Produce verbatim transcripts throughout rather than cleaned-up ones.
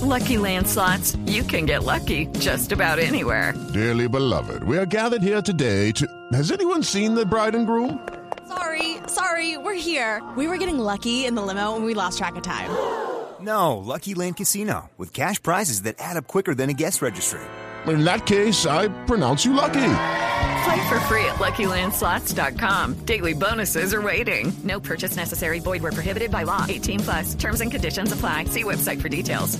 Lucky Land Slots, you can get lucky just about anywhere. Dearly beloved, we are gathered here today to... Has anyone seen the bride and groom? Sorry, sorry, we're here. We were getting lucky in the limo and we lost track of time. No, Lucky Land Casino, with cash prizes that add up quicker than a guest registry. In that case, I pronounce you lucky. Play for free at lucky land slots dot com. Daily bonuses are waiting. No purchase necessary. Void where prohibited by law. eighteen plus. Terms and conditions apply. See website for details.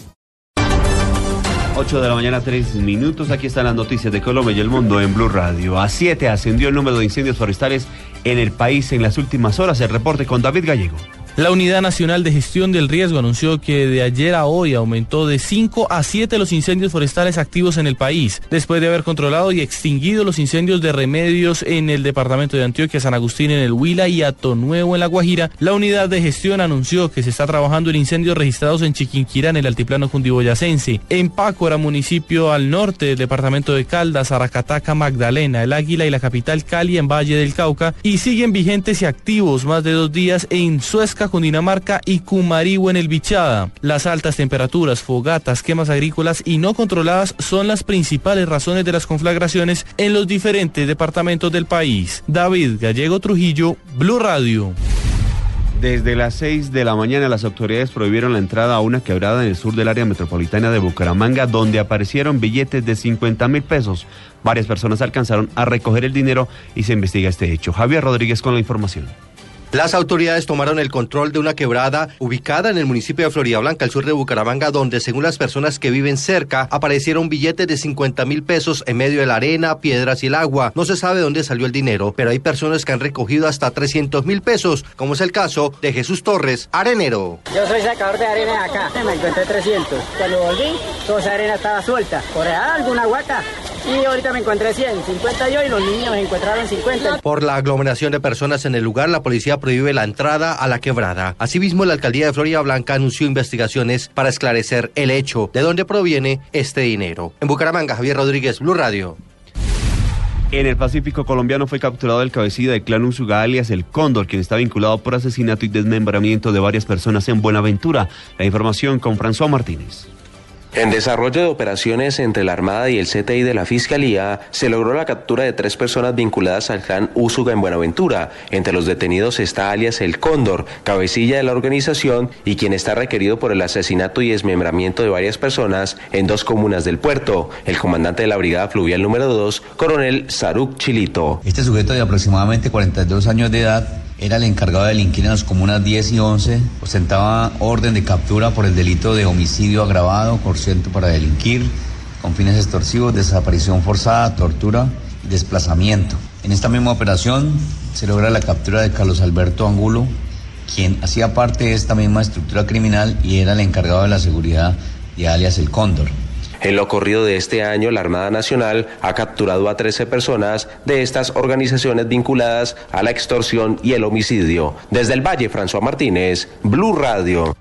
ocho de la mañana, tres minutos. Aquí están las noticias de Colombia y el mundo en Blue Radio. A siete ascendió el número de incendios forestales en el país en las últimas horas. El reporte con David Gallego. La Unidad Nacional de Gestión del Riesgo anunció que de ayer a hoy aumentó de cinco a siete los incendios forestales activos en el país, después de haber controlado y extinguido los incendios de remedios en el departamento de Antioquia, San Agustín en el Huila y Atonuevo en La Guajira. La Unidad de Gestión anunció que se está trabajando en incendios registrados en Chiquinquirá, en el altiplano cundiboyacense, en Pácora, municipio al norte del departamento de Caldas, Aracataca, Magdalena, El Águila y la capital Cali en Valle del Cauca, y siguen vigentes y activos más de dos días en Suezca, Cundinamarca y Cumarigüe en el Bichada. Las altas temperaturas, fogatas, quemas agrícolas y no controladas son las principales razones de las conflagraciones en los diferentes departamentos del país. David Gallego Trujillo, Blue Radio. Desde las seis de la mañana las autoridades prohibieron la entrada a una quebrada en el sur del área metropolitana de Bucaramanga, donde aparecieron billetes de cincuenta mil pesos. Varias personas alcanzaron a recoger el dinero y se investiga este hecho. Javier Rodríguez con la información. Las autoridades tomaron el control de una quebrada ubicada en el municipio de Floridablanca, al sur de Bucaramanga, donde, según las personas que viven cerca, aparecieron billetes de cincuenta mil pesos en medio de la arena, piedras y el agua. No se sabe dónde salió el dinero, pero hay personas que han recogido hasta trescientos mil pesos, como es el caso de Jesús Torres, arenero. Yo soy sacador de arena de acá, me encontré trescientos. Cuando volví, toda esa arena estaba suelta. Por allá alguna huaca. Y ahorita me encontré cien, cincuenta yo y los niños encontraron cincuenta. Por la aglomeración de personas en el lugar, la policía prohíbe la entrada a la quebrada. Asimismo, la alcaldía de Floridablanca anunció investigaciones para esclarecer el hecho de dónde proviene este dinero. En Bucaramanga, Javier Rodríguez, Blue Radio. En el Pacífico colombiano fue capturado el cabecilla del clan Usuga, alias El Cóndor, quien está vinculado por asesinato y desmembramiento de varias personas en Buenaventura. La información con François Martínez. En desarrollo de operaciones entre la Armada y el C T I de la Fiscalía, se logró la captura de tres personas vinculadas al clan Usuga en Buenaventura. Entre los detenidos está alias El Cóndor, cabecilla de la organización y quien está requerido por el asesinato y desmembramiento de varias personas en dos comunas del puerto. El comandante de la Brigada Fluvial número dos, coronel Saruk Chilito. Este sujeto de aproximadamente cuarenta y dos años de edad era el encargado de delinquir en las comunas diez y once, ostentaba orden de captura por el delito de homicidio agravado, coerción para delinquir, con fines extorsivos, desaparición forzada, tortura y desplazamiento. En esta misma operación se logra la captura de Carlos Alberto Angulo, quien hacía parte de esta misma estructura criminal y era el encargado de la seguridad de alias El Cóndor. En lo corrido de este año, la Armada Nacional ha capturado a trece personas de estas organizaciones vinculadas a la extorsión y el homicidio. Desde el Valle, François Martínez, Blue Radio.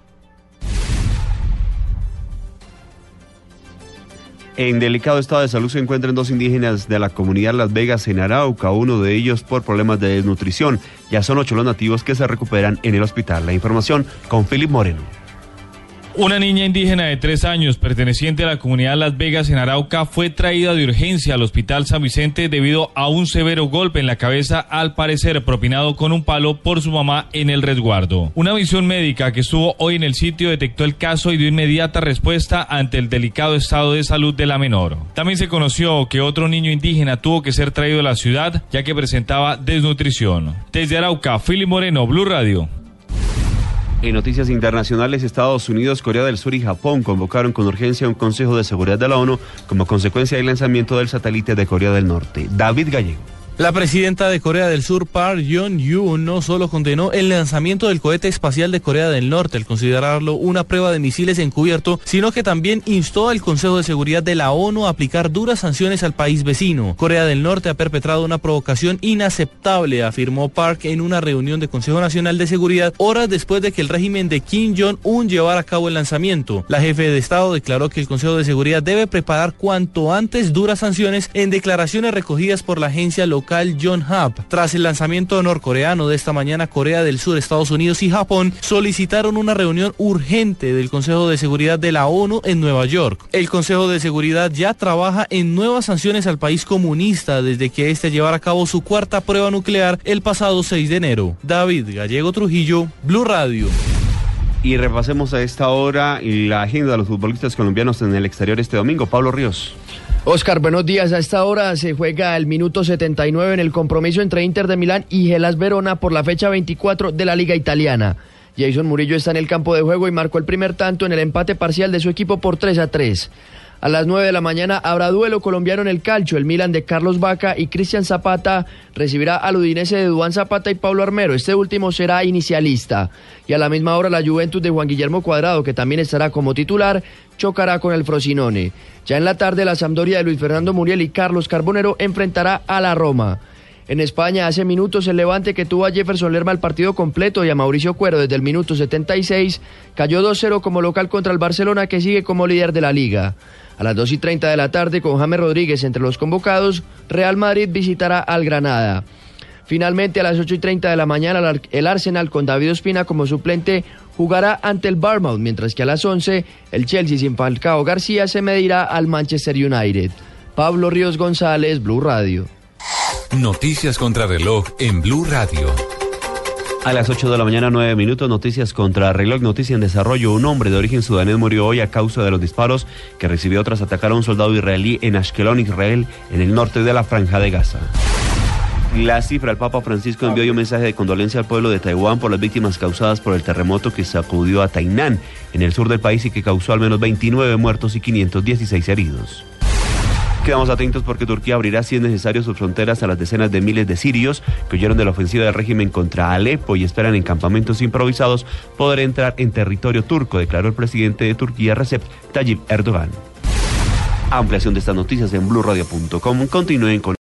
En delicado estado de salud se encuentran dos indígenas de la comunidad Las Vegas en Arauca, uno de ellos por problemas de desnutrición. Ya son ocho los nativos que se recuperan en el hospital. La información con Philip Moreno. Una niña indígena de tres años, perteneciente a la comunidad Las Vegas en Arauca, fue traída de urgencia al Hospital San Vicente debido a un severo golpe en la cabeza, al parecer propinado con un palo por su mamá en el resguardo. Una misión médica que estuvo hoy en el sitio detectó el caso y dio inmediata respuesta ante el delicado estado de salud de la menor. También se conoció que otro niño indígena tuvo que ser traído a la ciudad ya que presentaba desnutrición. Desde Arauca, Philip Moreno, Blue Radio. En noticias internacionales, Estados Unidos, Corea del Sur y Japón convocaron con urgencia un Consejo de Seguridad de la ONU como consecuencia del lanzamiento del satélite de Corea del Norte. David Gallego. La presidenta de Corea del Sur, Park Geun-hye, no solo condenó el lanzamiento del cohete espacial de Corea del Norte al considerarlo una prueba de misiles encubierto, sino que también instó al Consejo de Seguridad de la ONU a aplicar duras sanciones al país vecino. Corea del Norte ha perpetrado una provocación inaceptable, afirmó Park en una reunión del Consejo Nacional de Seguridad, horas después de que el régimen de Kim Jong-un llevara a cabo el lanzamiento. La jefe de Estado declaró que el Consejo de Seguridad debe preparar cuanto antes duras sanciones en declaraciones recogidas por la agencia local local Yonhap. Tras el lanzamiento norcoreano de esta mañana, Corea del Sur, Estados Unidos y Japón solicitaron una reunión urgente del Consejo de Seguridad de la ONU en Nueva York. El Consejo de Seguridad ya trabaja en nuevas sanciones al país comunista desde que este llevara a cabo su cuarta prueba nuclear el pasado seis de enero. David Gallego Trujillo, Blue Radio. Y repasemos a esta hora la agenda de los futbolistas colombianos en el exterior este domingo. Pablo Ríos. Oscar, buenos días. A esta hora se juega el minuto setenta y nueve en el compromiso entre Inter de Milán y Hellas Verona por la fecha veinticuatro de la Liga Italiana. Jason Murillo está en el campo de juego y marcó el primer tanto en el empate parcial de su equipo por tres a tres. A las nueve de la mañana habrá duelo colombiano en el calcio. El Milan de Carlos Vaca y Cristian Zapata recibirá al Udinese de Duván Zapata y Pablo Armero. Este último será inicialista. Y a la misma hora la Juventus de Juan Guillermo Cuadrado, que también estará como titular, chocará con el Frosinone. Ya en la tarde la Sampdoria de Luis Fernando Muriel y Carlos Carbonero enfrentará a la Roma. En España, hace minutos el Levante, que tuvo a Jefferson Lerma el partido completo y a Mauricio Cuero desde el minuto setenta y seis, cayó dos cero como local contra el Barcelona, que sigue como líder de la Liga. A las dos y treinta de la tarde, con James Rodríguez entre los convocados, Real Madrid visitará al Granada. Finalmente, a las ocho y treinta de la mañana, el Arsenal, con David Ospina como suplente, jugará ante el Bournemouth, mientras que a las once, el Chelsea sin Falcao García se medirá al Manchester United. Pablo Ríos González, Blue Radio. Noticias contra reloj en Blue Radio. A las ocho de la mañana, nueve minutos, noticias contra reloj, noticia en desarrollo. Un hombre de origen sudanés murió hoy a causa de los disparos que recibió tras atacar a un soldado israelí en Ashkelon, Israel, en el norte de la Franja de Gaza. La cifra, el Papa Francisco envió hoy un mensaje de condolencia al pueblo de Taiwán por las víctimas causadas por el terremoto que sacudió a Tainan, en el sur del país, y que causó al menos veintinueve muertos y quinientos dieciséis heridos. Quedamos atentos porque Turquía abrirá, si es necesario, sus fronteras a las decenas de miles de sirios que huyeron de la ofensiva del régimen contra Alepo y esperan en campamentos improvisados poder entrar en territorio turco, declaró el presidente de Turquía, Recep Tayyip Erdogan. Ampliación de estas noticias en blue radio punto com. Continúen con